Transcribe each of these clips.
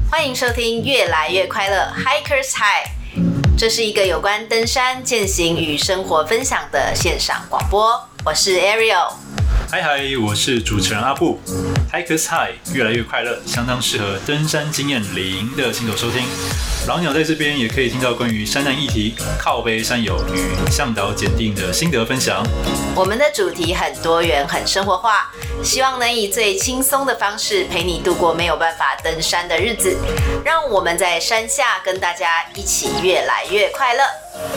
欢迎收听越来越快乐 Hikers High， 这是一个有关登山、健行与生活分享的线上广播。我是 Ariel。 嗨，我是主持人阿布。Hikers High 越来越快乐，相当适合登山经验零的新手收听。老鸟在这边也可以听到关于山难议题、靠背山友与向导检定的心得分享。 我们的主题很多元、很生活化，希望能以最轻松的方式陪你度过没有办法登山的日子。让我们在山下跟大家一起越来越快乐。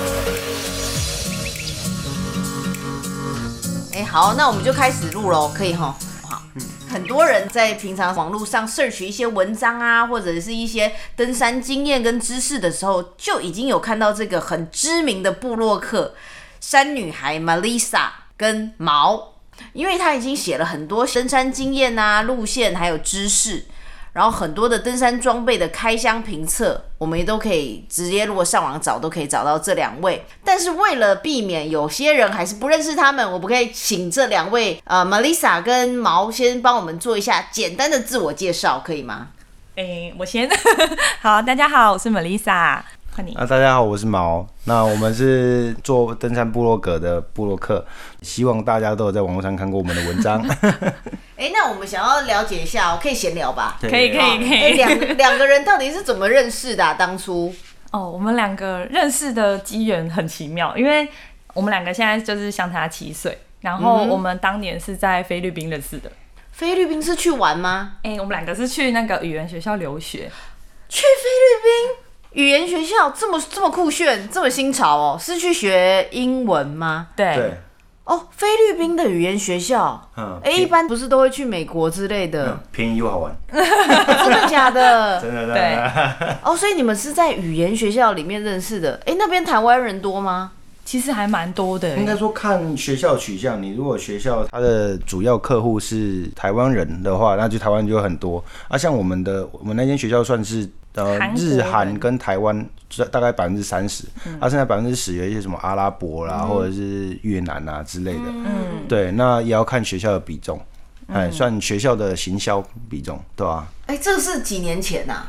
好，那我们就开始录咯，可以齁。好，很多人在平常网络上 search 一些文章啊，或者是一些登山经验跟知识的时候，就已经有看到这个很知名的部落客山女孩 Melissa 跟毛，因为她已经写了很多登山经验啊、路线还有知识。然后很多的登山装备的开箱评测，我们也都可以直接如果上网找都可以找到这两位。但是为了避免有些人还是不认识他们，我们可以请这两位Melissa 跟毛先帮我们做一下简单的自我介绍，可以吗？ 我先好，大家好，我是 Melissa。欢迎大家好，我是毛。那我们是做登山部落格的部落客，希望大家都有在网络上看过我们的文章。 那我们想要了解一下，可以闲聊吧？ 可以。 两个人到底是怎么认识的当初？ 我们两个认识的机缘很奇妙，因为我们两个现在就是相差7岁，然后我们当年是在菲律宾认识的。 菲律宾是去玩吗？ 我们两个是去那个语言学校留学。 去菲律宾？语言学校这么酷炫，这么新潮哦！是去学英文吗？ 对。 菲律宾的语言学校，一般不是都会去美国之类的， 便宜又好玩。 真的假的？ 真的。 对。所以你们是在语言学校里面认识的？那边台湾人多吗？ 其实还蛮多的。 应该说看学校取向，你如果学校它的主要客户是台湾人的话，那就台湾就很多。像我们那间学校算是日韩跟台湾大概30%，剩下10%有一些什么阿拉伯啦，或者是越南啊之类的。对，那也要看学校的比重，算学校的行销比重，对吧？ 这是几年前啊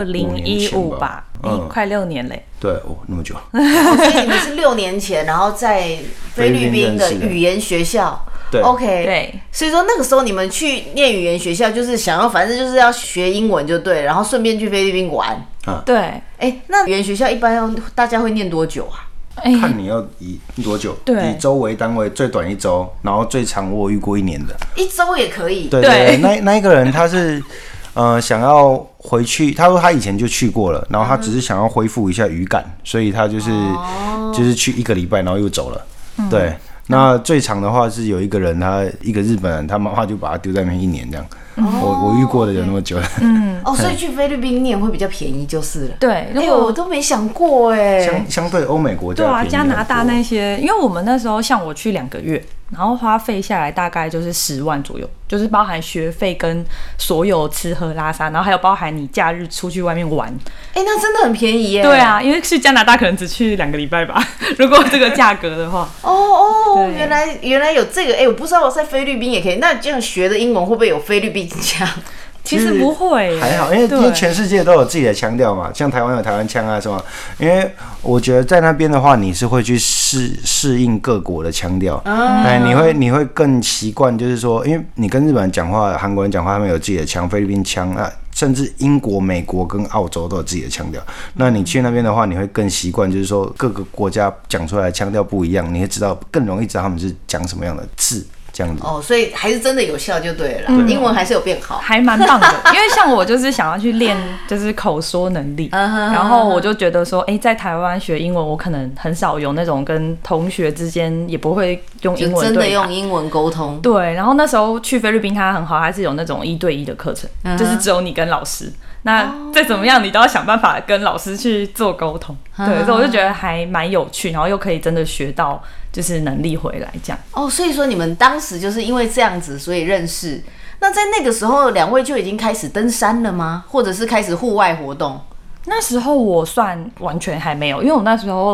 ？2015吧，快6年嘞。 对，那么久。 所以你们是6年前，然后在菲律宾的语言学校。 对 ，OK， 对， 所以说那个时候你们去念语言学校，就是想要反正就是要学英文就对，然后顺便去菲律宾玩。 对。 那语言学校一般大家会念多久啊？ 看你要以多久， 对， 以周为单位，最短1周，然后最长我有遇过1年的 ，1周也可以。 对，那一个人他是想要回去，他说他以前就去过了，然后他只是想要恢复一下语感，所以他就是去1个礼拜，然后又走了。对，那最长的话是有一个人，一个日本人，他妈妈就把他丢在那边1年这样。我遇过的有那么久了。 所以去菲律宾念会比较便宜就是了。 对， 我都没想过相对欧美国家便宜很多。 加拿大那些，因为我们那时候像我去2个月，然后花费下来大概就是10万左右，就是包含学费跟所有吃喝拉撒，然后还有包含你假日出去外面玩。 那真的很便宜耶。 对啊，因为去加拿大可能只去2个礼拜吧，如果这个价格的话。 原来有这个，我不知道我在菲律宾也可以。那这样学的英文会不会有菲律宾腔？ 其实不会， 还好，因为全世界都有自己的腔调嘛，像台湾有台湾腔啊什么。因为我觉得在那边的话，你是会去适应各国的腔调，你会更习惯，就是说，因为你跟日本人讲话、韩国人讲话，他们有自己的腔，菲律宾腔甚至英国、美国跟澳洲都有自己的腔调。那你去那边的话，你会更习惯，就是说各个国家讲出来的腔调不一样，你会更容易知道他们是讲什么样的字。这样子所以还是真的有效就对了啦。英文还是有变好， 还蛮棒的。因为像我就是想要去练就是口说能力，然后我就觉得说，在台湾学英文，我可能很少有那种跟同学之间也不会用英文对谈， 就真的用英文沟通。 对，然后那时候去菲律宾，它很好，它是有那种1对1的课程，就是只有你跟老师。那再怎么样，你都要想办法跟老师去做沟通。对，所以我就觉得还蛮有趣，然后又可以真的学到就是能力回来这样。 所以说你们当时就是因为这样子，所以认识。那在那个时候，两位就已经开始登山了吗？或者是开始户外活动？ 那时候我算完全还没有，因为我那时候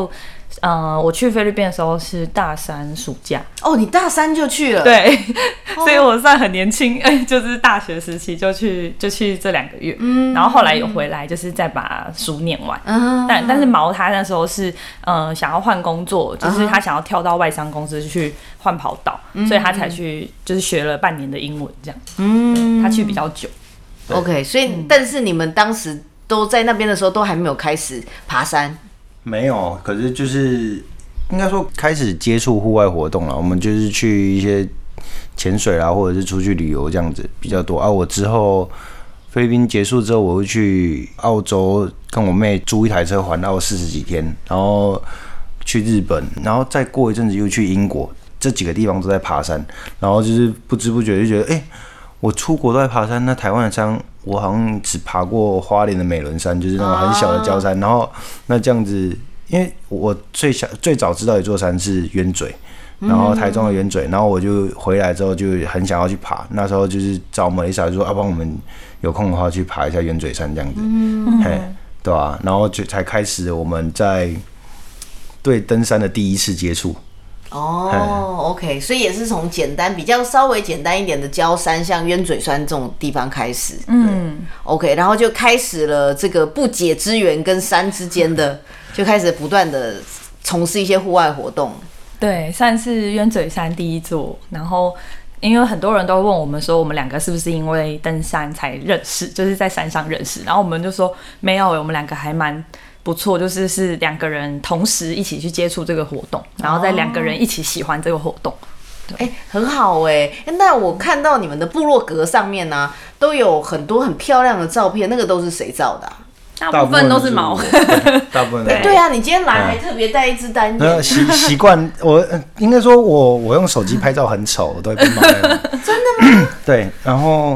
我去菲律宾的时候是大3暑假。 哦，你大3就去了？ 对，所以我算很年轻，就是大学时期就去这2个月，然后后来有回来，就是再把书念完。但是毛他那时候是想要换工作，就是他想要跳到外商公司去换跑道，所以他才去就是学了半年的英文这样。他去比较久。 OK， 所以但是你们当时都在那边的时候，都还没有开始爬山。 没有，可是就是应该说开始接触户外活动了。我们就是去一些潜水啦，或者是出去旅游这样子比较多啊。我之后菲律宾结束之后，我会去澳洲跟我妹租一台车环澳40几天，然后去日本，然后再过一阵子又去英国，这几个地方都在爬山。然后就是不知不觉就觉得，我出国都在爬山，那台湾的山我好像只爬过花莲的美仑山，就是那种很小的礁山。然后那这样子，因为我最早知道一座山是鸢嘴，然后台中的鸢嘴，然后我就回来之后就很想要去爬。那时候就是找Melissa就说，帮我们有空的话去爬一下鸢嘴山这样子，对啊，然后就才开始我们在对登山的第一次接触。 OK， 所以也是从比较稍微简单一点的礁山，像鸢嘴山这种地方开始。OK， 然后就开始了这个不解之缘跟山之间的，就开始不断的从事一些户外活动。 对，算是鸢嘴山第一座，然后因为很多人都问我们说，我们2个是不是因为登山才认识，就是在山上认识，然后我们就说没有，我们2个还蛮不错，就是2个人同时一起去接触这个活动，然后再2个人一起喜欢这个活动。 很好那我看到你们的部落格上面呢，都有很多很漂亮的照片，那个都是谁照的大部分都是毛。 大部分对啊，你今天来还特别带一只单眼。 习惯我应该说我用手机拍照很丑，我都会被骂。 真的吗？ 对，然后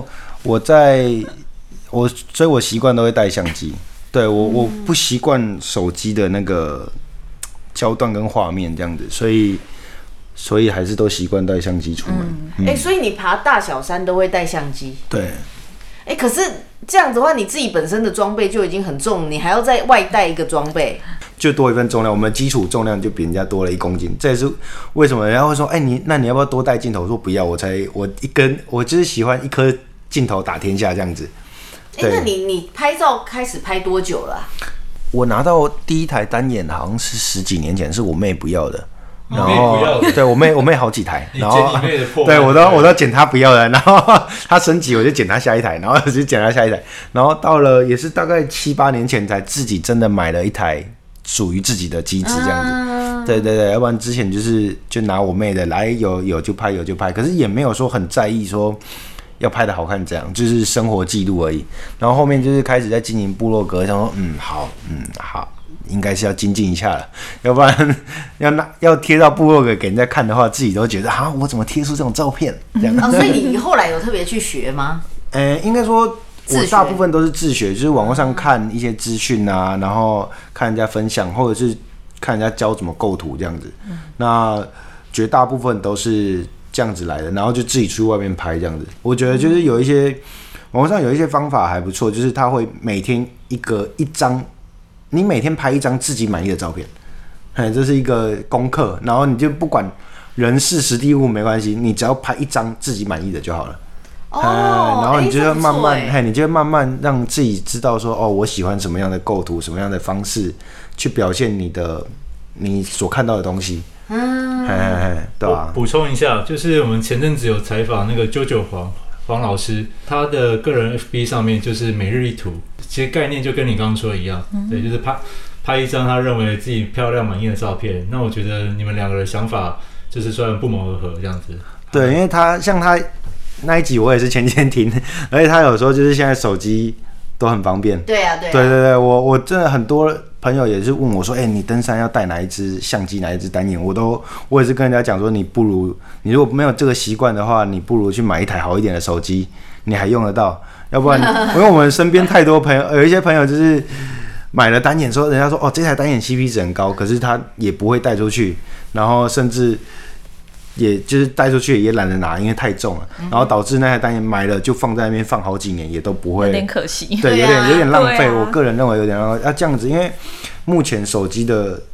所以我习惯都会带相机。对我不习惯手机的那个焦段跟画面这样子，所以还是都习惯带相机出门。 所以你爬大小山都会带相机？ 对。 可是这样子的话，你自己本身的装备就已经很重，你还要再外带一个装备， 就多一份重量。我们基础重量就比人家多了1公斤，这也是为什么人家会说，那你要不要多带镜头？我说不要，我就是喜欢一颗镜头打天下这样子。 那你拍照开始拍多久了我拿到第一台单眼好像是10几年前，是我妹不要的。然后对我妹好几台，然后对我都捡她不要的，然后她升级我就捡她下一台，然后就捡她下一台，然后到了也是大概7、8年前才自己真的买了一台属于自己的机子这样子。对对对，要不然之前就拿我妹的来有就拍，有就拍，可是也没有说很在意说要拍的好看这样，就是生活记录而已。然后后面就是开始在经营部落格，想说好，应该是要精进一下了，要不然要贴到部落格给人家看的话，自己都觉得我怎么贴出这种照片这样。 所以你后来有特别去学吗？ 应该说我大部分都是自学，就是网络上看一些资讯啊，然后看人家分享，或者是看人家教怎么构图这样子。那绝大部分都是这样子来的，然后就自己去外面拍这样子。我觉得就是有一些网络上有一些方法还不错，就是他会每天一张，你每天拍一张自己满意的照片，这是一个功课。然后你就不管人事实地物没关系，你只要拍一张自己满意的就好了。然后你就会慢慢，你就会慢慢让自己知道说，我喜欢什么样的构图，什么样的方式去表现你所看到的东西。对吧？ 补充一下，就是我们前阵子有采访那个JoJo黄老师，他的个人 FB 上面就是每日一图，其实概念就跟你刚刚说的一样，对，就是拍一张他认为自己漂亮满意的照片。那我觉得你们2个的想法就是虽然不谋而合这样子。 对，因为他那一集我也是前天听，而且他有时候就是现在手机都很方便。 对啊， 我真的很多朋友也是问我说，你登山要带哪一支相机，哪一支单眼？我也是跟人家讲说，你如果没有这个习惯的话，你不如去买一台好一点的手机，你还用得到。要不然，因为我们身边太多朋友，有一些朋友就是买了单眼，说人家说这台单眼 CP 值很高，可是他也不会带出去，然后甚至也就是带出去也懒得拿，因为太重了，然后导致那台单眼买了就放在那边放好几年也都不会， 有点可惜。 对，有点浪费。我个人认为有点浪费。这样子，因为目前手机的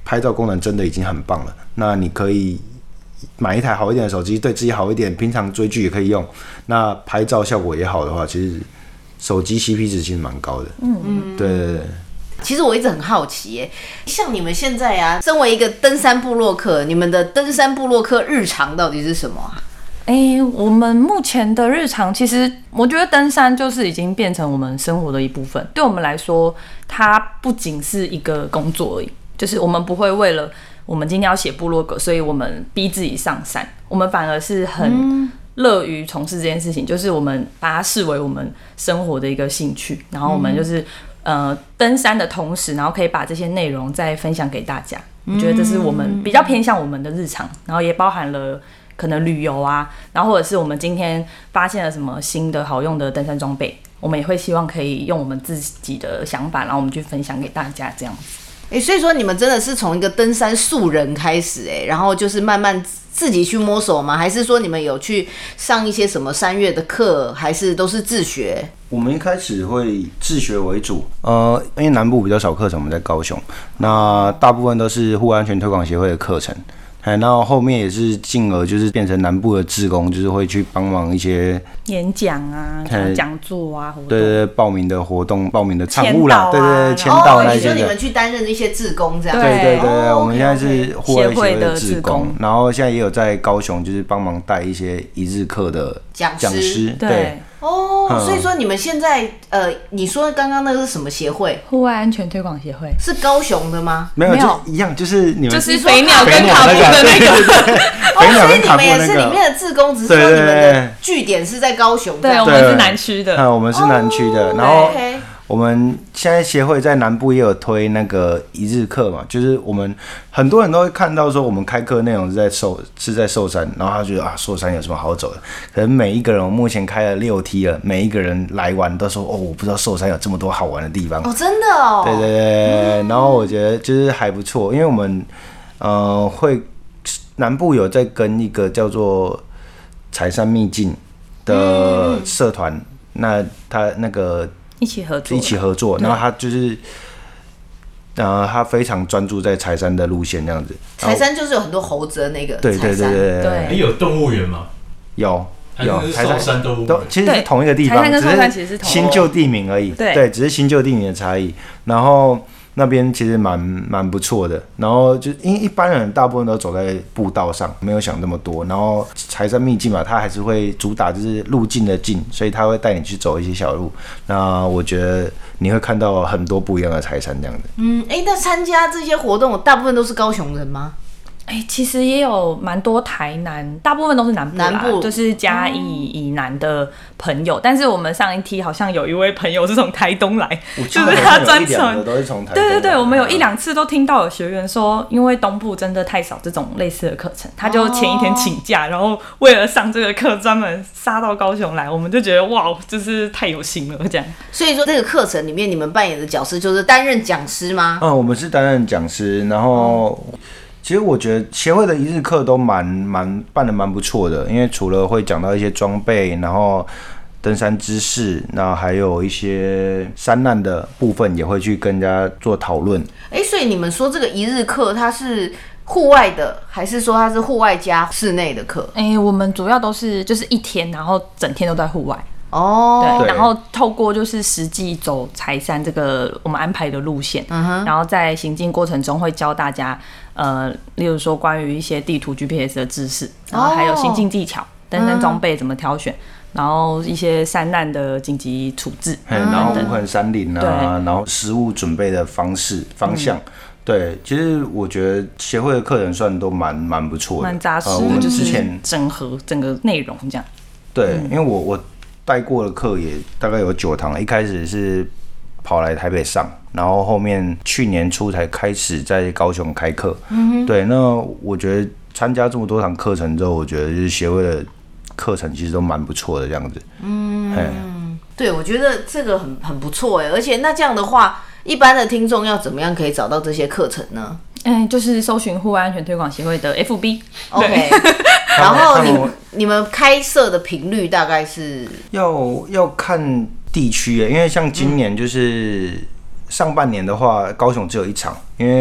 拍照功能真的已经很棒了。那你可以买一台好一点的手机，对自己好一点，平常追剧也可以用。那拍照效果也好的话，其实手机 CP 值其实蛮高的。对对对。 其实我一直很好奇耶，像你们现在啊，身为一个登山部落客，你们的登山部落客日常到底是什么啊？ 我们目前的日常，其实我觉得登山就是已经变成我们生活的一部分。对我们来说，它不仅是一个工作而已，就是我们不会为了我们今天要写部落格，所以我们逼自己上山，我们反而是很乐于从事这件事情，就是我们把它视为我们生活的一个兴趣，然后我们就是登山的同时，然后可以把这些内容再分享给大家。我觉得这是我们比较偏向我们的日常，然后也包含了可能旅游啊，然后或者是我们今天发现了什么新的好用的登山装备，我们也会希望可以用我们自己的想法，然后我们去分享给大家这样子。 所以说你们真的是从一个登山素人开始，然后就是慢慢自己去摸索吗？还是说你们有去上一些什么山岳的课，还是都是自学？ 我们一开始会自学为主，因为南部比较少课程，我们在高雄，那大部分都是户外安全推广协会的课程。然后后面也是进而就是变成南部的志工，就是会去帮忙一些演讲啊、讲座啊、活动， 对，报名的活动、报名的场务啦，对，签到那些的。 你们去担任一些志工这样。 对，我们现在是户外协会的志工，然后现在也有在高雄，就是帮忙带一些一日课的讲师，对。 所以说你们现在你说刚刚那个是什么协会？ 户外安全推广协会是高雄的吗？ 没有，就一样，就是你们就是飞鸟跟卡布的那个。 所以你们也是里面的志工，只是说你们的据点是在高雄。 对，我们是南区的。 我们是南区的，然后我们现在协会在南部也有推那个一日课嘛，就是我们很多人都会看到说我们开课内容是在寿山，然后他觉得寿山有什么好走的？可能每一个人，我目前开了6梯了，每一个人来玩都说我不知道寿山有这么多好玩的地方。 真的哦。 对，然后我觉得就是还不错，因为我们会南部有在跟一个叫做柴山秘境的社团，那他那个。 一起合作， 然后他就是，他非常专注在柴山的路线这样子。 柴山就是有很多猴子的那个柴山， 对。有动物园吗？ 有， 柴山动物园其实是同一个地方， 柴山跟寿山其实是同新旧地名而已。对，只是新旧地名的差异。然后那边其实蛮不错的，然后就因为一般人大部分都走在步道上，没有想那么多。然后柴山秘境嘛，它还是会主打就是路径的径，所以它会带你去走一些小路。那我觉得你会看到很多不一样的柴山这样子。 那参加这些活动大部分都是高雄人吗？ 其实也有蛮多台南，大部分都是南部，就是嘉义以南的朋友。但是我们上一梯好像有一位朋友是从台东来，就是他专程都是从台东来。 对，我们有1-2次都听到有学员说，因为东部真的太少这种类似的课程，他就前一天请假，然后为了上这个课专门杀到高雄来。我们就觉得哇，就是太有心了这样。 所以说这个课程里面你们扮演的角色就是担任讲师吗？ 我们是担任讲师，然后。其实我觉得协会的一日课都办得蛮不错的，因为除了会讲到一些装备，然后登山知识，然后还有一些山难的部分也会去跟人家做讨论。 所以你们说这个一日课它是户外的，还是说它是户外加室内的课？ 我们主要都是就是一天，然后整天都在户外。 对， 然后透过就是实际走柴山这个我们安排的路线，然后在行进过程中会教大家，例如说关于一些地图 GPS 的知识，然后还有行进技巧、登山装备怎么挑选，然后一些山难的紧急处置， 然后无痕山林啊，然后食物准备的方向。对，其实我觉得协会的课程算都蛮不错的， 蛮扎实的。 我们之前整合整个内容这样。 对，因为我带过的课也大概有9堂，一开始是跑来台北上，然后后面去年初才开始在高雄开课。对，那我觉得参加这么多堂课程之后，我觉得就是协会的课程其实都蛮不错的这样子。 对，我觉得这个很不错而且那这样的话，一般的听众要怎么样可以找到这些课程呢？ 就是搜寻户外安全推广协会的 FB。 OK。然后你们开设的频率大概是要看地区因为像今年就是上半年的话，高雄只有1场，因为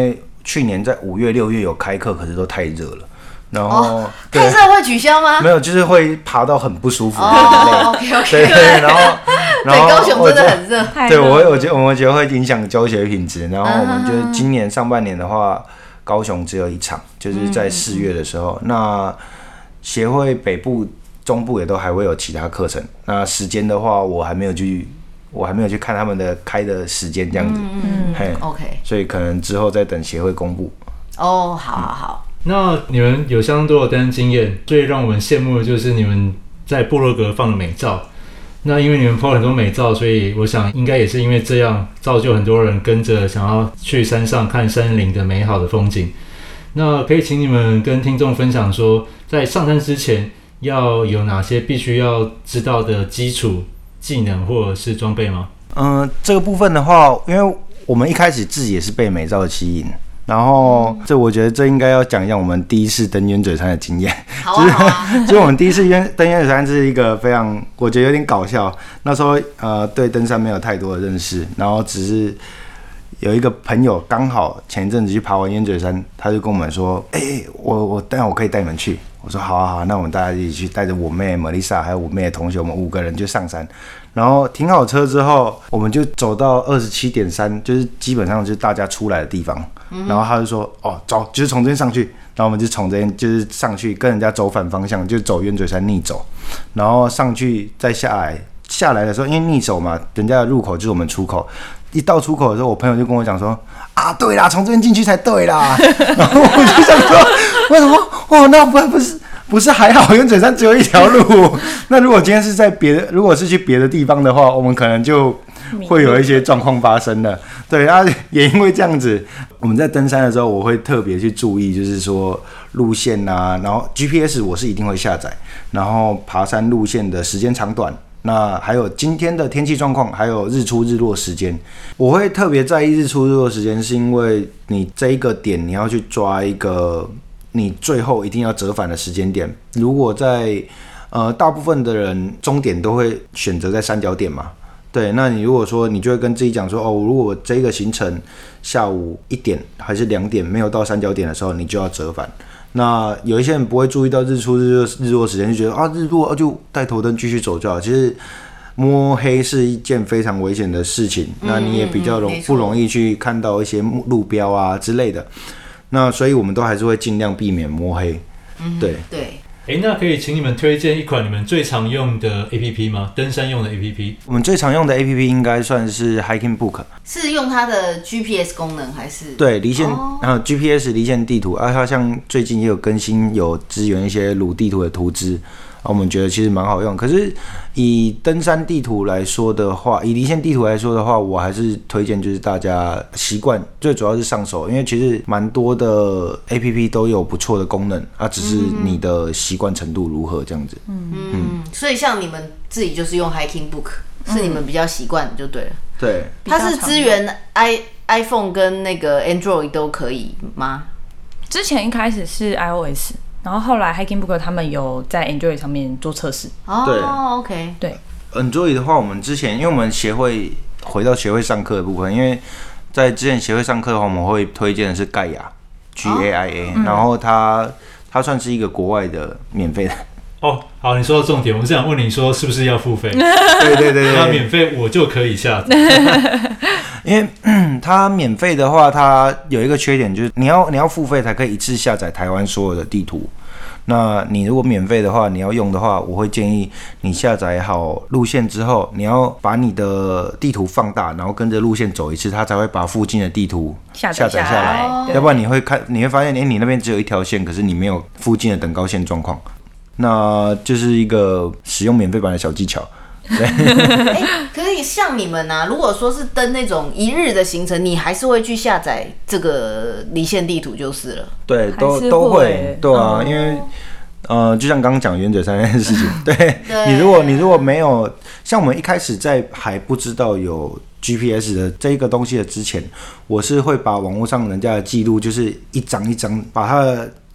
去年在5月、6月有开课，可是都太热了。然后太热会取消吗？ 没有，就是会爬到很不舒服，很累。 OK， 对对，然后高雄真的很热， 对我们觉得会影响教学品质。然后我们觉得今年上半年的话，高雄只有1场，就是在4月的时候。那协会北部、中部也都还会有其他课程。那时间的话，我还没有去看他们的开的时间这样子。 OK， 所以可能之后再等协会公布。 好。 那你们有相当多的登山经验，最让我们羡慕的就是你们在部落格放的美照。那因为你们 po 很多美照，所以我想应该也是因为这样，造就很多人跟着想要去山上看山林的美好的风景。那可以请你们跟听众分享说，在上山之前要有哪些必须要知道的基础技能或者是装备吗？ 这个部分的话，因为我们一开始自己也是被美照吸引。然后，我觉得这应该要讲一讲我们第一次登鸢嘴山的经验。 好啊， 就是我们第一次登鸢嘴山是一个非常，我觉得有点搞笑。那时候对登山没有太多的认识，然后只是有一个朋友刚好前一阵子去爬完鸢嘴山，他就跟我们说：“我可以带你们去。”我说：“好啊，那我们大家一起去，带着我妹 Melissa 还有我妹的同学，我们5个人就上山。然后停好车之后，我们就走到27.3，就是基本上就是大家出来的地方。然后他就说：“走，就是从这边上去。”然后我们就从这边就是上去，跟人家走反方向，就走鸢嘴山逆走。然后上去再下来，下来的时候因为逆走嘛，人家的入口就是我们出口。一到出口的时候，我朋友就跟我讲说：“啊，对啦，从这边进去才对啦。”然后我就想说：“为什么？那不是还好，鸢嘴山只有一条路。那如果今天是在如果是去别的地方的话，我们可能就会有一些状况发生了。对，也因为这样子，我们在登山的时候，我会特别去注意，就是说路线啊，然后 GPS 我是一定会下载，然后爬山路线的时间长短。那还有今天的天气状况，还有日出日落时间，我会特别在意日出日落时间，是因为你这一个点你要去抓一个你最后一定要折返的时间点。如果在大部分的人终点都会选择在三角点嘛，对，那你如果说你就会跟自己讲说，如果这个行程下午1点还是2点没有到三角点的时候，你就要折返。那有一些人不会注意到日出日落时间，就觉得日落就带头灯继续走就好。其实摸黑是一件非常危险的事情，那你也比较不容易去看到一些路标啊之类的。那所以我们都还是会尽量避免摸黑。对。 那可以请你们推荐一款你们最常用的 APP 吗？登山用的 APP？ 我们最常用的 APP 应该算是 Hiking Book， 是用它的 GPS 功能还是？ 对，离线，然后 GPS 离线地图，它像最近也有更新，有支援一些鲁地图的图资。我们觉得其实蛮好用，可是以登山地图来说的话，以离线地图来说的话，我还是推荐就是大家习惯，最主要是上手，因为其实蛮多的 APP 都有不错的功能，只是你的习惯程度如何这样子。 所以像你们自己就是用 Hiking Book， 是你们比较习惯就对了。 对， 它是支援 iPhone 跟那个 Android 都可以吗？ 之前一开始是 iOS。然后后来 Hiking Book 他们有在 Android 上面做测试。 对 ，OK， 对。 Android 的话，我们之前因为我们协会回到协会上课的部分，因为在之前协会上课的话，我们会推荐的是盖亚 GAIA，然后它算是一个国外的免费的。 好，你说到重点，我是想问你说是不是要付费？ 对， 那免费我就可以下载。 因为它免费的话，它有一个缺点，就是你要付费才可以一次下载台湾所有的地图。那你如果免费的话，你要用的话，我会建议你下载好路线之后，你要把你的地图放大，然后跟着路线走一次，它才会把附近的地图下载下来。要不然你会发现，你那边只有一条线，可是你没有附近的等高线状况。那就是一个使用免费版的小技巧。对。 可是像你们如果说是登那种1日的行程，你还是会去下载这个离线地图就是了。 对，都会，对啊，因为就像刚刚讲鸢嘴山那件事情，对，你如果没有像我们一开始在还不知道有 GPS 的这个东西的之前，我是会把网络上人家的记录，就是一张一张把它的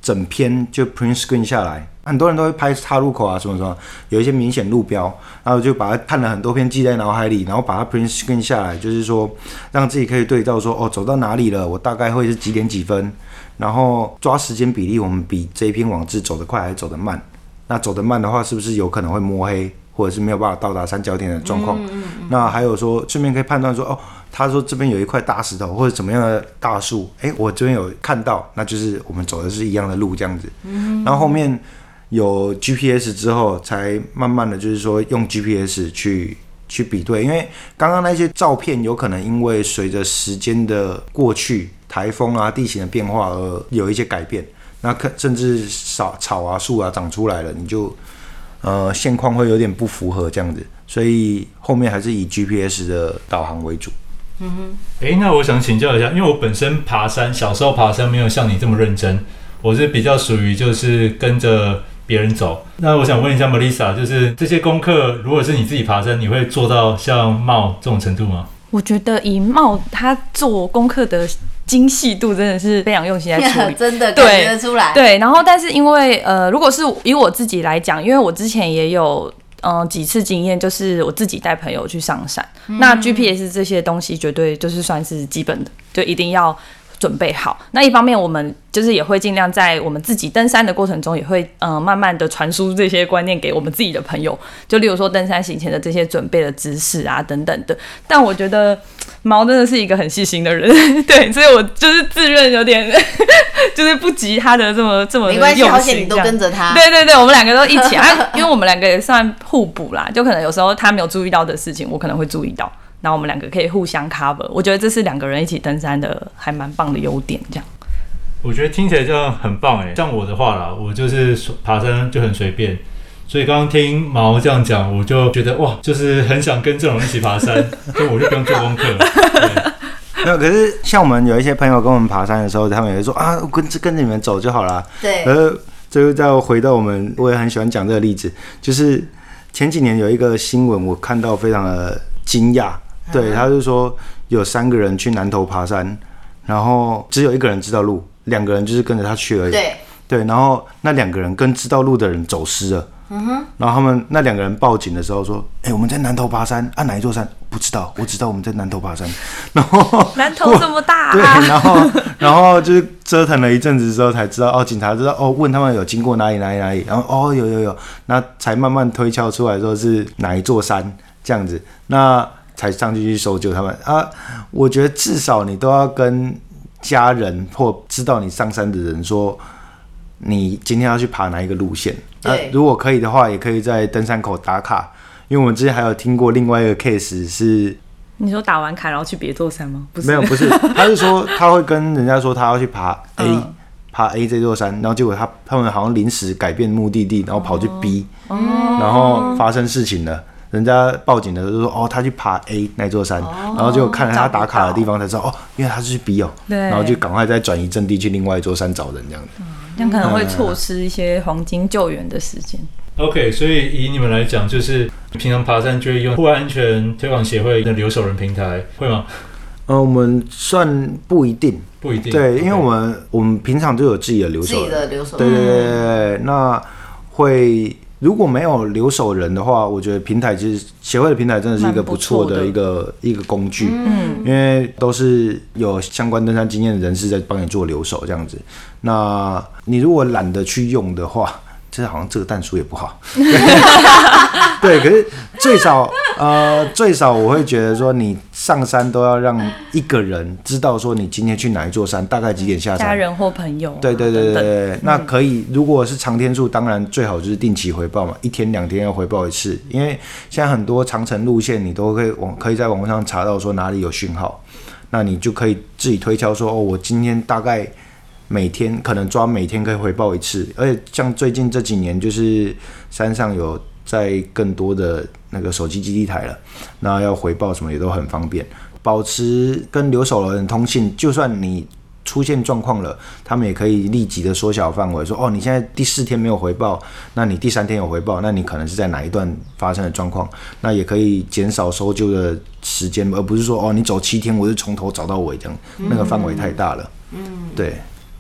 整篇就 print screen 下来，很多人都会拍岔路口啊什么什么，有一些明显路标，然后就把它看了很多篇记在脑海里，然后把它 print screen 下来，就是说让自己可以对照说走到哪里了，我大概会是几点几分，然后抓时间比例，我们比这一篇网志走得快还是走得慢？那走得慢的话，是不是有可能会摸黑，或者是没有办法到达三角点的状况？那还有说，顺便可以判断说，他说这边有一块大石头或者怎么样的大树，我这边有看到，那就是我们走的是一样的路这样子。然后后面有 GPS 之后，才慢慢的就是说用 GPS 去比对，因为刚刚那些照片有可能因为随着时间的过去，台风啊、地形的变化而有一些改变。那甚至草啊、树啊长出来了，你就现况会有点不符合这样子，所以后面还是以 GPS 的导航为主。 那我想请教一下，因为我本身爬山，小时候爬山没有像你这么认真，我是比较属于就是跟着别人走。那我想问一下 Melissa， 就是这些功课，如果是你自己爬山，你会做到像茂这种程度吗？ 我觉得以茂他做功课的精细度真的是非常用心在处理， 真的感觉得出来。 对，然后但是因为如果是以我自己来讲，因为我之前也有几次经验，就是我自己带朋友去上山，那 GPS 这些东西绝对就是算是基本的，就一定要准备好。那一方面我们就是也会尽量在我们自己登山的过程中，也会慢慢的传输这些观念给我们自己的朋友，就例如说登山行前的这些准备的知识啊等等的。但我觉得毛真的是一个很细心的人，对，所以我就是自认有点就是不及他的这么用心。 没关系，好险你都跟着他。 对对对，我们两个都一起因为我们两个也算互补啦，就可能有时候他没有注意到的事情，我可能会注意到。然后我们两个可以互相 cover， 我觉得这是两个人一起登山的还蛮棒的优点。这样， 我觉得听起来这样很棒哎。像我的话啦，我就是爬山就很随便，所以刚刚听毛这样讲，我就觉得哇，就是很想跟这种人一起爬山，所以我就不用做功课。 没有，可是像我们有一些朋友跟我们爬山的时候，他们也会说啊，跟着你们走就好啦。 对。 这就再回到我也很喜欢讲这个例子，就是前几年有一个新闻，我看到非常的惊讶。对，他就说有3个人去南投爬山，然后只有1个人知道路，2个人就是跟着他去而已。对，然后那2个人跟知道路的人走失了。然后他们那2个人报警的时候说：“我们在南投爬山，哪一座山？不知道，我知道我们在南投爬山。”然后南投这么大对，然后就是折腾了一阵子之后才知道，警察知道问他们有经过哪里，然后有，那才慢慢推敲出来说是哪一座山这样子，那才上去搜救他们啊。我觉得至少你都要跟家人或知道你上山的人说，你今天要去爬哪一个路线。如果可以的话，也可以在登山口打卡，因为我们之前还有听过另外一个 case 是， 你说打完卡然后去别座山吗？不是， 没有，不是，他是说他会跟人家说他要去爬 A，爬 A 这座山，然后结果他们好像临时改变目的地，然后跑去 B，然后发生事情了。人家报警的时候就说他去爬 A 那座山，然后就看了他打卡的地方才知道因为他是去 B 然后就赶快再转移阵地去另外一座山找人这样子。 这样可能会错失一些黄金救援的时间。 OK， 所以以你们来讲，就是平常爬山就会用户外安全推广协会的留守人平台，会吗？ 我们算不一定，对，因为我们平常就有自己的留守人， 自己的留守人，对，那会。如果没有留守人的话，我觉得平台其实协会的平台真的是一个不错的一个工具，因为都是有相关登山经验的人士在帮你做留守这样子。那你如果懒得去用的话，这好像这个弹数也不好。对，可是最少我会觉得说，你上山都要让一个人知道说你今天去哪一座山，大概几点下山， 家人或朋友。 对，那可以。如果是长天数，当然最好就是定期回报嘛，1天2天要回报一次。因为现在很多长程路线，你都可以在网络上查到说哪里有讯号，那你就可以自己推敲说，我今天大概每天可能抓每天可以回报一次。而且像最近这几年，就是山上有在更多的那个手机基地台了，那要回报什么也都很方便。保持跟留守人通信，就算你出现状况了，他们也可以立即的缩小范围，说你现在第4天没有回报，那你第3天有回报，那你可能是在哪一段发生的状况，那也可以减少搜救的时间，而不是说你走7天我就从头找到尾这样，那个范围太大了。对。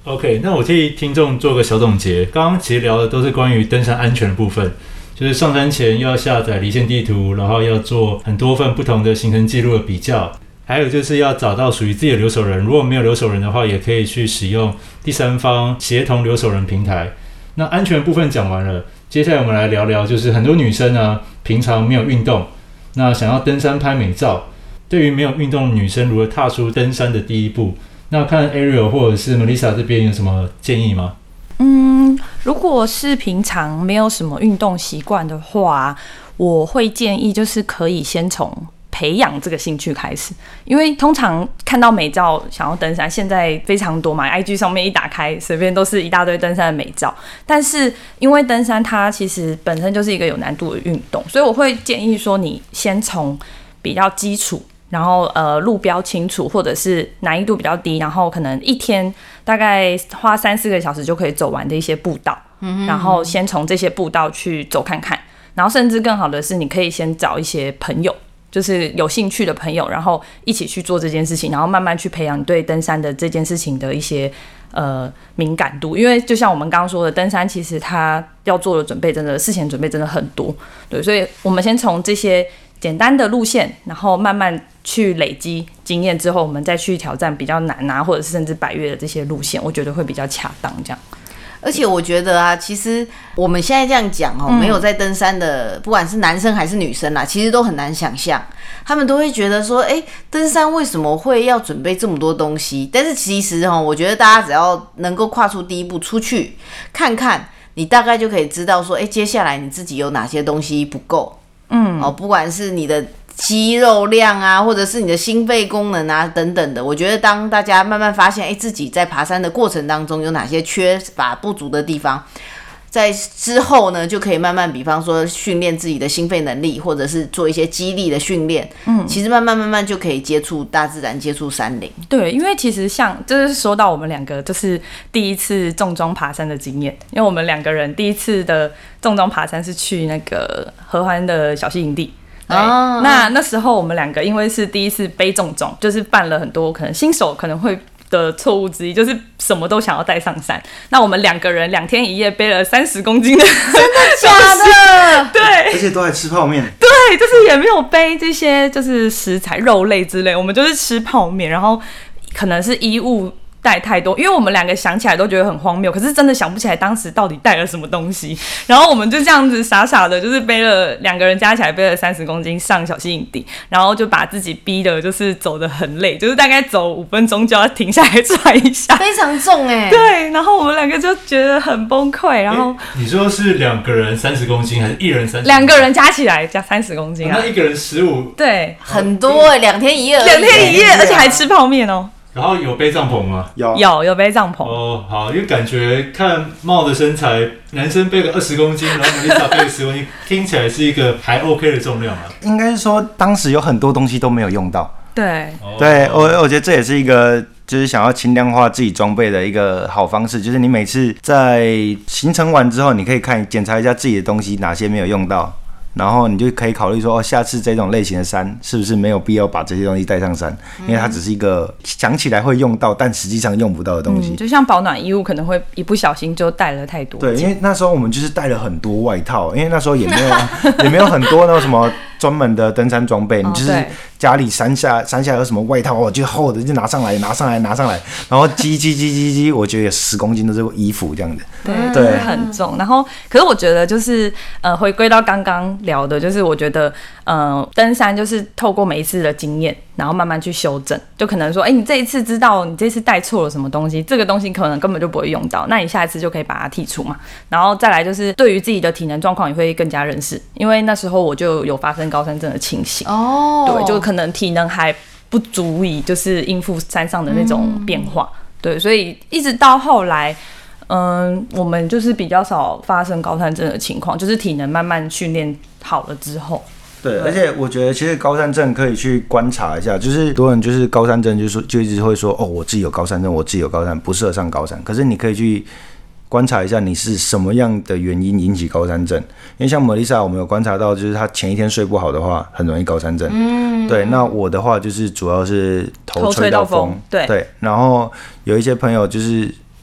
OK， 那我替听众做个小总结。刚刚其实聊的都是关于登山安全的部分，就是上山前要下载离线地图，然后要做很多份不同的行程记录的比较，还有就是要找到属于自己的留守人。如果没有留守人的话，也可以去使用第三方协同留守人平台。那安全的部分讲完了，接下来我们来聊聊，就是很多女生啊，平常没有运动，那想要登山拍美照，对于没有运动的女生如何踏出登山的第一步？那看 Ariel 或者是 Melissa 这边有什么建议吗？ 如果是平常没有什么运动习惯的话，我会建议就是可以先从培养这个兴趣开始，因为通常看到美照想要登山，现在非常多嘛 ，IG 上面一打开，随便都是一大堆登山的美照。但是因为登山它其实本身就是一个有难度的运动，所以我会建议说，你先从比较基础。然后路标清楚，或者是难易度比较低，然后可能一天大概花3-4个小时就可以走完的一些步道，然后先从这些步道去走看看，然后甚至更好的是，你可以先找一些朋友，就是有兴趣的朋友，然后一起去做这件事情，然后慢慢去培养对登山的这件事情的一些敏感度，因为就像我们刚刚说的，登山其实它要做的准备真的事前准备真的很多，对，所以我们先从这些简单的路线，然后慢慢去累积经验之后，我们再去挑战比较难啊，或者是甚至100岳的这些路线，我觉得会比较恰当这样。 而且我觉得啊，其实我们现在这样讲哦，没有在登山的，不管是男生还是女生啦，其实都很难想象，他们都会觉得说，登山为什么会要准备这么多东西？但是其实哦，我觉得大家只要能够跨出第一步出去看看，你大概就可以知道说，接下来你自己有哪些东西不够。不管是你的肌肉量啊，或者是你的心肺功能啊等等的，我觉得当大家慢慢发现，自己在爬山的过程当中有哪些缺乏不足的地方，在之后呢，就可以慢慢，比方说训练自己的心肺能力，或者是做一些肌力的训练。其实慢慢就可以接触大自然，接触山林。 对，因为其实像就是说到我们两个就是第一次重装爬山的经验，因为我们2个人第一次的重装爬山是去那个合欢的小溪营地。那时候我们2个因为是第一次背重装，就是犯了很多可能新手可能会的错误之一，就是什么都想要带上山。那我们2个人2天1夜背了30公斤的，真的假的？ 对， 而且都还吃泡面。 对，就是也没有背这些就是食材肉类之类，我们就是吃泡面，然后可能是衣物带太多，因为我们2个想起来都觉得很荒谬，可是真的想不起来当时到底带了什么东西。然后我们就这样子傻傻的，就是背了2个人加起来背了30公斤上小溪营地，然后就把自己逼的，就是走得很累，就是大概走5分钟就要停下来喘一下， 非常重对，然后我们2个就觉得很崩溃。然后你说是2个人30公斤，还是1人30 ？2个人加起来加30公斤啊？ 那1个人15， 对， 很多2天1夜而已，2 天1夜，而且还吃泡面哦。 然后有背帐篷吗？ 有背帐篷哦，好，因为感觉看茂的身材，男生背个20公斤，然后Melissa背个10公斤，听起来是一个还 OK 的重量啊。 应该是说当时有很多东西都没有用到。 对， 我觉得这也是一个就是想要轻量化自己装备的一个好方式，就是你每次在行程完之后，你可以检查一下自己的东西哪些没有用到。然后你就可以考虑说，下次这种类型的山是不是没有必要把这些东西带上山，因为它只是一个想起来会用到，但实际上用不到的东西。 就像保暖衣物可能会一不小心就带了太多。 对，因为那时候我们就是带了很多外套，因为那时候也没有很多那种什么专门的登山装备，你就是家里山下有什么外套就厚的就拿上来，然后积，我觉得有10公斤都是衣服这样子。 对，很重。然后，可是我觉得就是回归到刚刚聊的，就是我觉得登山就是透过每一次的经验，然后慢慢去修正。就可能说，你这一次知道你这次带错了什么东西，这个东西可能根本就不会用到，那你下一次就可以把它剔除嘛。然后再来就是对于自己的体能状况也会更加认识，因为那时候我就有发生高山症的情形。对，就可能体能还不足以就是应付山上的那种变化。对，所以一直到后来。我们就是比较少发生高山症的情况，就是体能慢慢训练好了之后。 对，而且我觉得其实高山症可以去观察一下，就是很多人就是高山症就一直会说，我自己有高山症，我自己有高山，不适合上高山。可是你可以去观察一下你是什么样的原因引起高山症，因为像 Melissa 我们有观察到，就是她前一天睡不好的话，很容易高山症。对，那我的话就是主要是头吹到风。 对， 然后有一些朋友就是。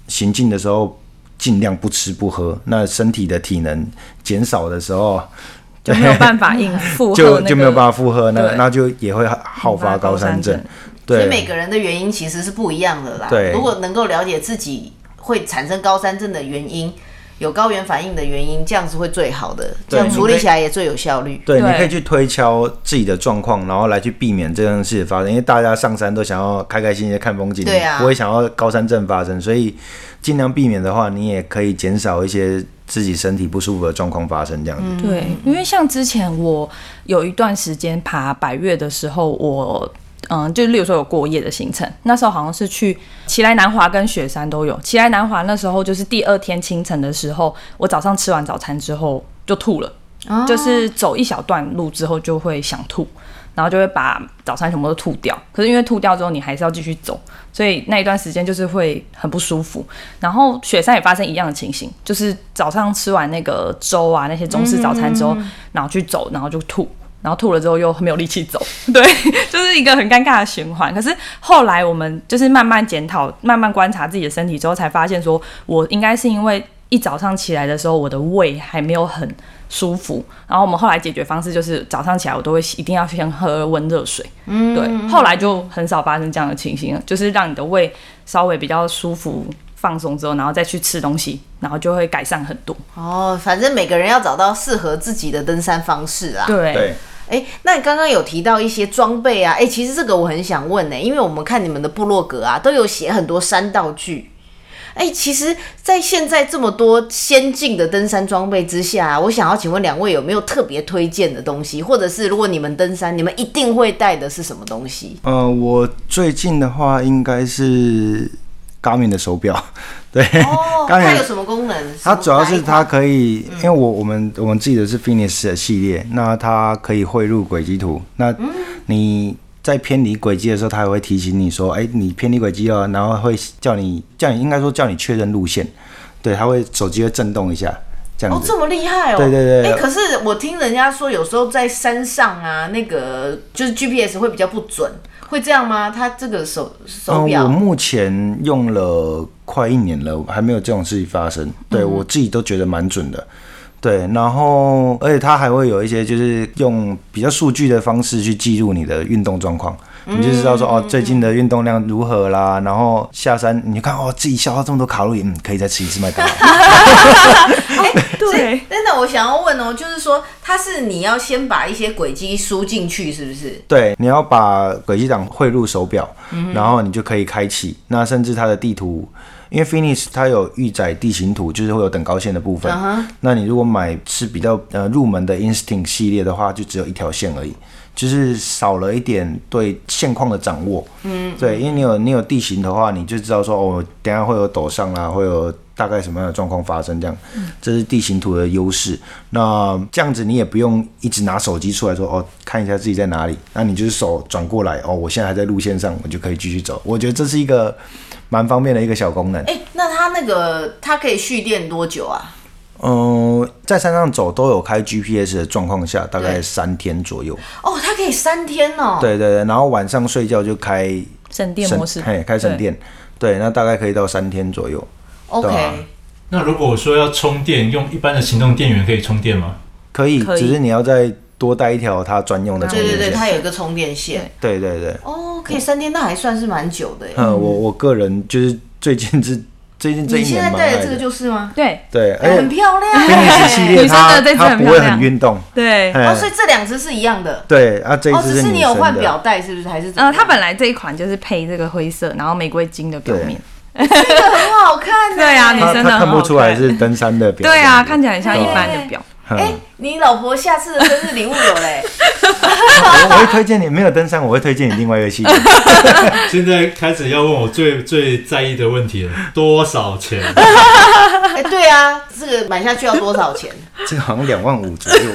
行进的时候尽量不吃不喝，那身体的体能减少的时候。 就没有办法应付， 就没有办法负荷，那就也会好发高山症。对， 所以每个人的原因其实是不一样的啦。 对， 如果能够了解自己会产生高山症的原因，有高原反应的原因，这样子会最好的，这样处理起来也最有效率。 对，你可以去推敲自己的状况，然后来去避免这件事发生。因为大家上山都想要开开心心的看风景， 对啊， 不会想要高山症发生，所以尽量避免的话，你也可以减少一些自己身体不舒服的状况发生，这样子。 对，因为像之前我有一段时间爬百岳的时候，我就例如说有过夜的行程，那时候好像是去奇莱南华跟雪山都有。奇莱南华那时候就是第二天清晨的时候，我早上吃完早餐之后就吐了，就是走一小段路之后就会想吐。然后就会把早餐全部都吐掉，可是因为吐掉之后你还是要继续走，所以那一段时间就是会很不舒服。然后雪山也发生一样的情形，就是早上吃完那个粥啊那些中式早餐之后，然后去走，然后就吐，然后吐了之后又没有力气走，对，就是一个很尴尬的循环。可是后来我们就是慢慢检讨，慢慢观察自己的身体之后，才发现说我应该是因为一早上起来的时候我的胃还没有很舒服，然后我们后来解决方式就是早上起来我都会一定要先喝温热水，对，后来就很少发生这样的情形了，就是让你的胃稍微比较舒服放松之后，然后再去吃东西，然后就会改善很多。 反正每个人要找到适合自己的登山方式啊。 对。 那你刚刚有提到一些装备啊，其实这个我很想问因为我们看你们的部落格啊，都有写很多山道具。其实，在现在这么多先进的登山装备之下，我想要请问两位有没有特别推荐的东西，或者是如果你们登山，你们一定会带的是什么东西？ 我最近的话应该是 Garmin 的手表，对， 它有什么功能？ 它主要是它可以，因为我们自己的是 Finish 的系列，那它可以汇入轨迹图，那你在偏离轨迹的时候，它还会提醒你说，你偏离轨迹了，然后会叫你应该说叫你确认路线，对，它会手机会震动一下，这样子。 这么厉害哦！ 对对对。 可是我听人家说，有时候在山上啊，那个就是 GPS 会比较不准，会这样吗？它这个手表， 我目前用了快1年了，还没有这种事情发生。对我自己都觉得蛮准的。对，然后而且它还会有一些就是用比较数据的方式去记录你的运动状况，你就知道说最近的运动量如何啦，然后下山你看自己消耗这么多卡路里，可以再吃一次麦当劳。 对， 真的我想要问就是说它是你要先把一些轨迹输进去，是不是？ 对，你要把轨迹档汇入手表，然后你就可以开启，那甚至它的地图。因为 Finish 它有预载地形图，就是会有等高线的部分。那你如果买是比较入门的 Instinct 系列的话，就只有一条线而已，就是少了一点对线况的掌握。对，因为你有地形的话，你就知道说等一下会有陡上啦，会有大概什么样的状况发生，这样，这是地形图的优势。那这样子你也不用一直拿手机出来说看一下自己在哪里，那你就是手转过来我现在还在路线上，我就可以继续走。我觉得这是一个蛮方便的一个小功能。 那它可以蓄电多久啊？ 在山上走都有开 GPS 的状况下，大概3天左右。 它可以3天哦。 对对对，然后晚上睡觉就开省电模式， 开省电。对，那大概可以到3天左右。 OK。 那如果我说要充电，用一般的行动电源可以充电吗？ 可以，只是你要再多带一条它专用的充电线。 对对对，它有一个充电线。 对对对。 可以3天，那还算是蛮久的耶。 我个人就是最近这一年你现在戴的这个就是吗？ 对对， 很漂亮。 Finish 系列它不会很运动。 对， 所以这2只是一样的。 对啊，这一只是女生的。 只是你有换表带是不是？还是它本来这一款就是配这个灰色，然后玫瑰金的表面。 这个很好看。 对啊，女生的很好看。 看不出来是登山的表。 对啊，看起来很像一般的表。 你老婆下次的生日礼物有嘞。 我会推荐你，没有登山，我会推荐你另外一个系列。 现在开始要问我最在意的问题了，多少钱？ 对啊，这个买下去要多少钱？ 这个好像25000左右。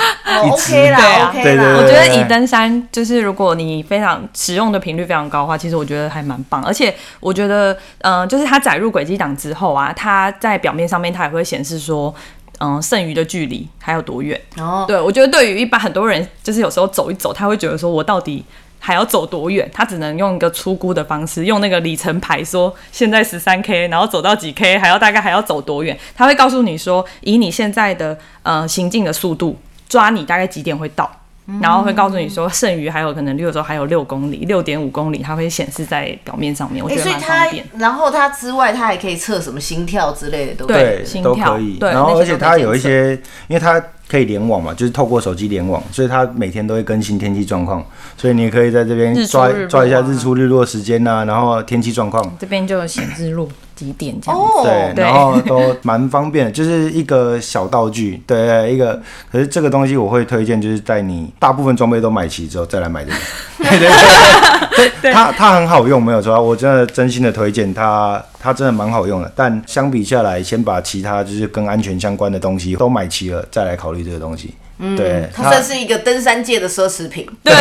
OK 啦，OK 啦。 我觉得以登山，就是如果你非常使用的频率非常高的话，其实我觉得还蛮棒。而且我觉得，就是它载入轨迹档之后啊，它在表面上面它也会显示说。剩余的距离还有多远？对，我觉得对于一般很多人，就是有时候走一走，他会觉得说我到底还要走多远，他只能用一个粗估的方式，用那个里程牌说现在13K， 然后走到几 K， 大概还要走多远，他会告诉你说，以你现在的行进的速度，抓你大概几点会到。然后会告诉你说，剩余还有可能，例如说还有6公里、6.5公里，它会显示在表面上面，我觉得蛮方便。 然后它之外，它还可以测什么心跳之类的，对不对？ 对，心跳都可以。然后而且它有一些，因为它可以联网嘛，就是透过手机联网，所以它每天都会更新天气状况，所以你也可以在这边抓一下日出日落时间啊，然后天气状况。 这边就有显日落几点这样子。 对，然后都蛮方便的，就是一个小道具。对，一个。可是这个东西我会推荐，就是在你大部分装备都买齐之后再来买这个。对，它很好用，没有错，我真心的推荐它。它真的蛮好用的，但相比下来，先把其他就是跟安全相关的东西都买齐了，再来考虑这个东西。对， 它算是一个登山界的奢侈品。 对。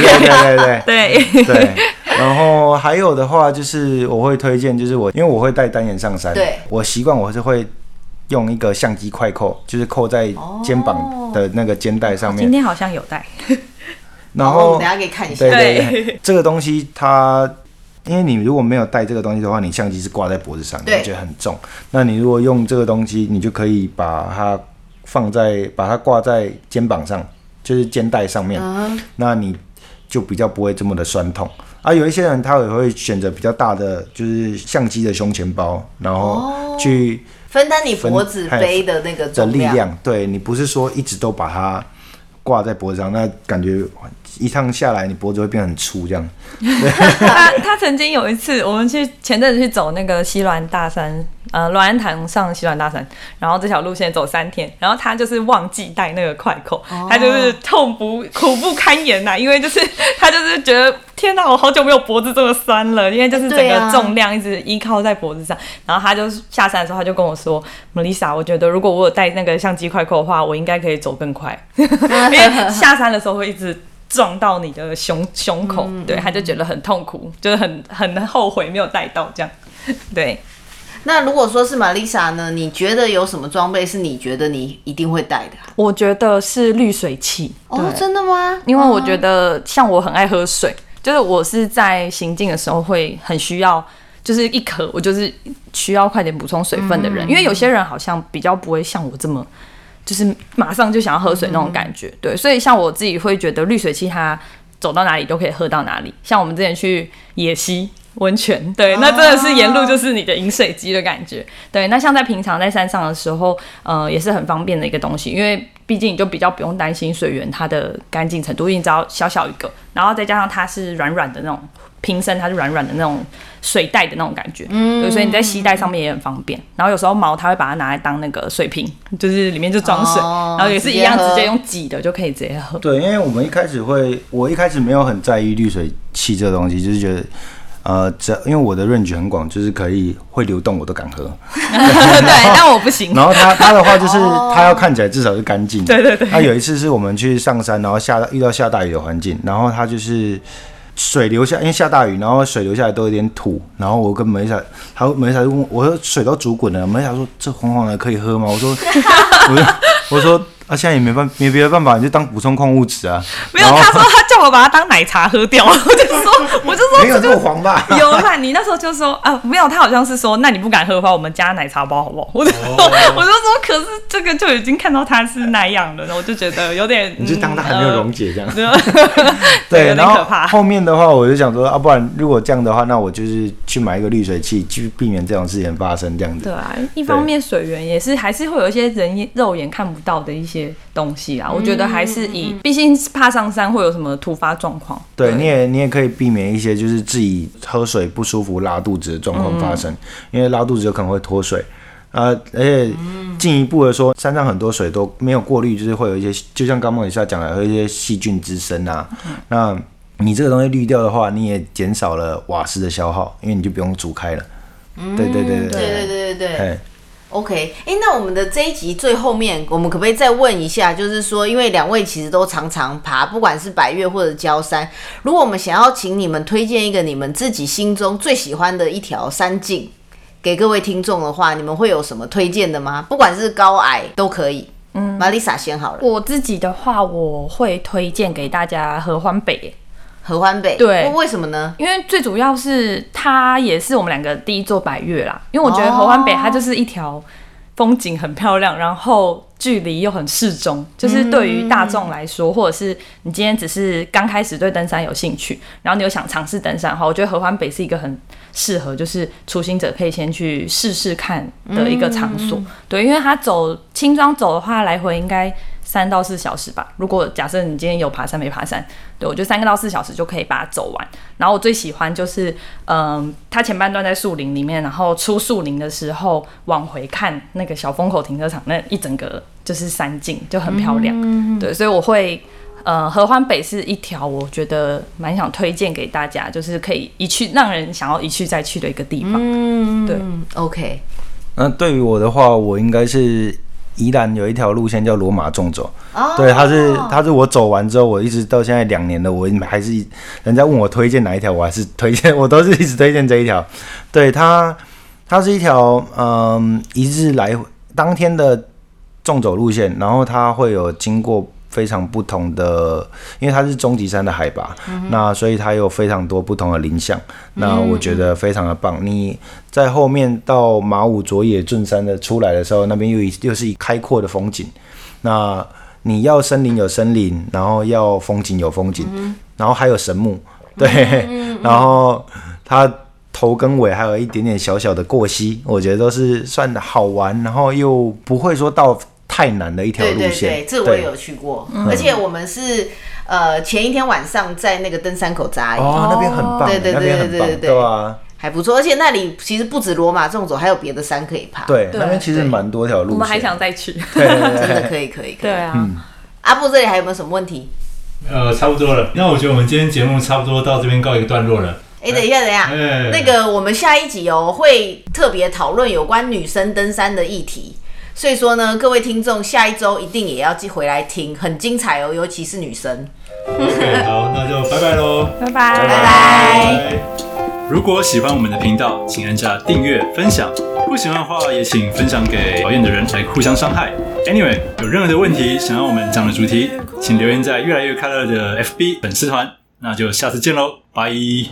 然后还有的话，就是我会推荐，就是因为我会带单眼上山， 对， 我习惯我是会用一个相机快扣，就是扣在肩膀的那个肩带上面。 今天好像有带。 然后我们等一下可以看一下。 对，这个东西它。因为你如果没有带这个东西的话，你相机是挂在脖子上，你会觉得很重。那你如果用这个东西，你就可以把它挂在肩膀上，就是肩带上面。那你就比较不会这么的酸痛。有一些人他也会选择比较大的，就是相机的胸前包，然后去分担你脖子背的那个重量。 力量。对，你不是说一直都把它挂在脖子上，那感觉一趟下来你脖子会变很粗这样。 他曾经有一次，我们前阵子去走那个西峦大山，栾安堂上西峦大山，然后这条路线走3天，然后他就是忘记带那个快扣，他就是苦不堪言呐，因为就是他就是觉得天哪，我好久没有脖子这么酸了，因为就是整个重量一直依靠在脖子上，然后他就下山的时候他就跟我说 ，Melissa， 我觉得如果我有带那个相机快扣的话，我应该可以走更快，因为下山的时候会一直撞到你的胸口，对，他就觉得很痛苦，就是很后悔没有带到这样，对。 那如果说是 Melissa 呢？你觉得有什么装备是你觉得你一定会带的？ 我觉得是滤水器。 哦，真的吗？ 因为我觉得像我很爱喝水，就是我是在行进的时候会很需要，就是一渴我就是需要快点补充水分的人，因为有些人好像比较不会像我这么。就是马上就想要喝水那种感觉，对，所以像我自己会觉得滤水器它走到哪里都可以喝到哪里。像我们之前去野溪温泉，对，那真的是沿路就是你的饮水机的感觉，对。那像在平常在山上的时候，也是很方便的一个东西，因为毕竟你就比较不用担心水源它的干净程度，因为你只要小小一个，然后再加上它是软软的那种。瓶身它是软软的那种水袋的那种感觉，对，所以你在携带上面也很方便。然后有时候毛它会把它拿来当那个水瓶，就是里面就装水，然后也是一样直接用挤的就可以直接喝。 对，因为我一开始没有很在意滤水器这个东西，就是觉得。因为我的 range 很广，就是会流动我都敢喝。 对，但我不行。 然后它的话就是它要看起来至少是干净的。 对。 有一次是我们去上山，然后遇到下大雨的环境，然后它就是水流下，因为下大雨，然后水流下来都有点土，然后我跟梅莎就问我说水都煮滚了，梅莎说这黄黄的可以喝吗？我说现在也没别的办法，你就当补充矿物质啊。 没有，他说他叫我把它当奶茶喝掉，我就说没有这么黄吧？ 有啦，你那时候就说没有，他好像是说，那你不敢喝的话，我们加奶茶包好不好？我就说，可是这个就已经看到它是那样了，我就觉得有点， 你就当它还没有溶解这样。 对， 然后后面的话，我就想说不然如果这样的话，那我就是去买一个滤水器，去避免这种事情发生这样子。 对啊，一方面水源也是还是会有一些人肉眼看不到的一些东西啦，我觉得还是毕竟怕上山会有什么突发状况。 对，你也可以避免一些就是自己喝水不舒服、拉肚子的状况发生，因为拉肚子有可能会脱水。而且进一步的说，山上很多水都没有过滤，就是会有一些，就像刚Melissa讲的，会有一些细菌滋生啊。那你这个东西滤掉的话，你也减少了瓦斯的消耗，因为你就不用煮开了。对。 OK， 那我们的这一集最后面，我们可不可以再问一下，就是说，因为两位其实都常常爬，不管是百岳或者郊山，如果我们想要请你们推荐一个你们自己心中最喜欢的一条山径给各位听众的话，你们会有什么推荐的吗？不管是高矮都可以。Melissa 先好了。 我自己的话，我会推荐给大家合欢北。 合欢北， 对， 为什么呢？ 因为最主要是它也是我们两个第一座百岳啦。因为我觉得合欢北它就是一条风景很漂亮，然后距离又很适中，就是对于大众来说，或者是你今天只是刚开始对登山有兴趣，然后你有想尝试登山的话，我觉得合欢北是一个很适合，就是初心者可以先去试试看的一个场所。对，因为它轻装走的话，来回应该3到4小时吧。如果假设你今天有爬山没爬山，对，我觉得3到4小时就可以把它走完。然后我最喜欢就是，它前半段在树林里面，然后出树林的时候往回看那个小风口停车场，那一整个就是山景就很漂亮。对，所以我会。合欢北是一条我觉得蛮想推荐给大家，就是可以让人想要一去再去的一个地方。对 ，OK。 那对于我的话，我应该是宜兰有一条路线叫罗马纵走。对，它是我走完之后，我一直到现在2年了，我还是人家问我推荐哪一条，我还是推荐，我都是一直推荐这一条。对，它是一条一日来回当天的纵走路线，然后它会有经过非常不同的，因为它是终极山的海拔，那所以它有非常多不同的林相，那我觉得非常的棒。你在后面到马武佐野圳山的出来的时候，那边又是一开阔的风景，那你要森林有森林，然后要风景有风景，然后还有神木，对，然后它头跟尾还有一点点小小的过溪，我觉得都是算好玩，然后又不会说到太难的一条路线。 对，这我也有去过，而且我们是前一天晚上在那个登山口扎营， 那边很棒，对啊， 还不错。而且那里其实不止罗马纵走，还有别的山可以爬。 对，那边其实蛮多条路线， 我们还想再去。 真的可以。 对啊， 阿布这里还有没有什么问题？ 差不多了。那我觉得我们今天节目差不多到这边告一个段落了。 等一下，那个我们下一集会特别讨论有关女生登山的议题。所以说呢，各位听众，下一周一定也要回来听，很精彩哦，尤其是女生。 OK， 好，那就拜拜喽， 拜拜， 拜拜。 如果喜欢我们的频道，请按下订阅、分享；不喜欢的话，也请分享给讨厌的人，来互相伤害。Anyway， 有任何的问题想要我们讲的主题，请留言在越来越快乐的 FB 粉丝团。那就下次见喽，拜。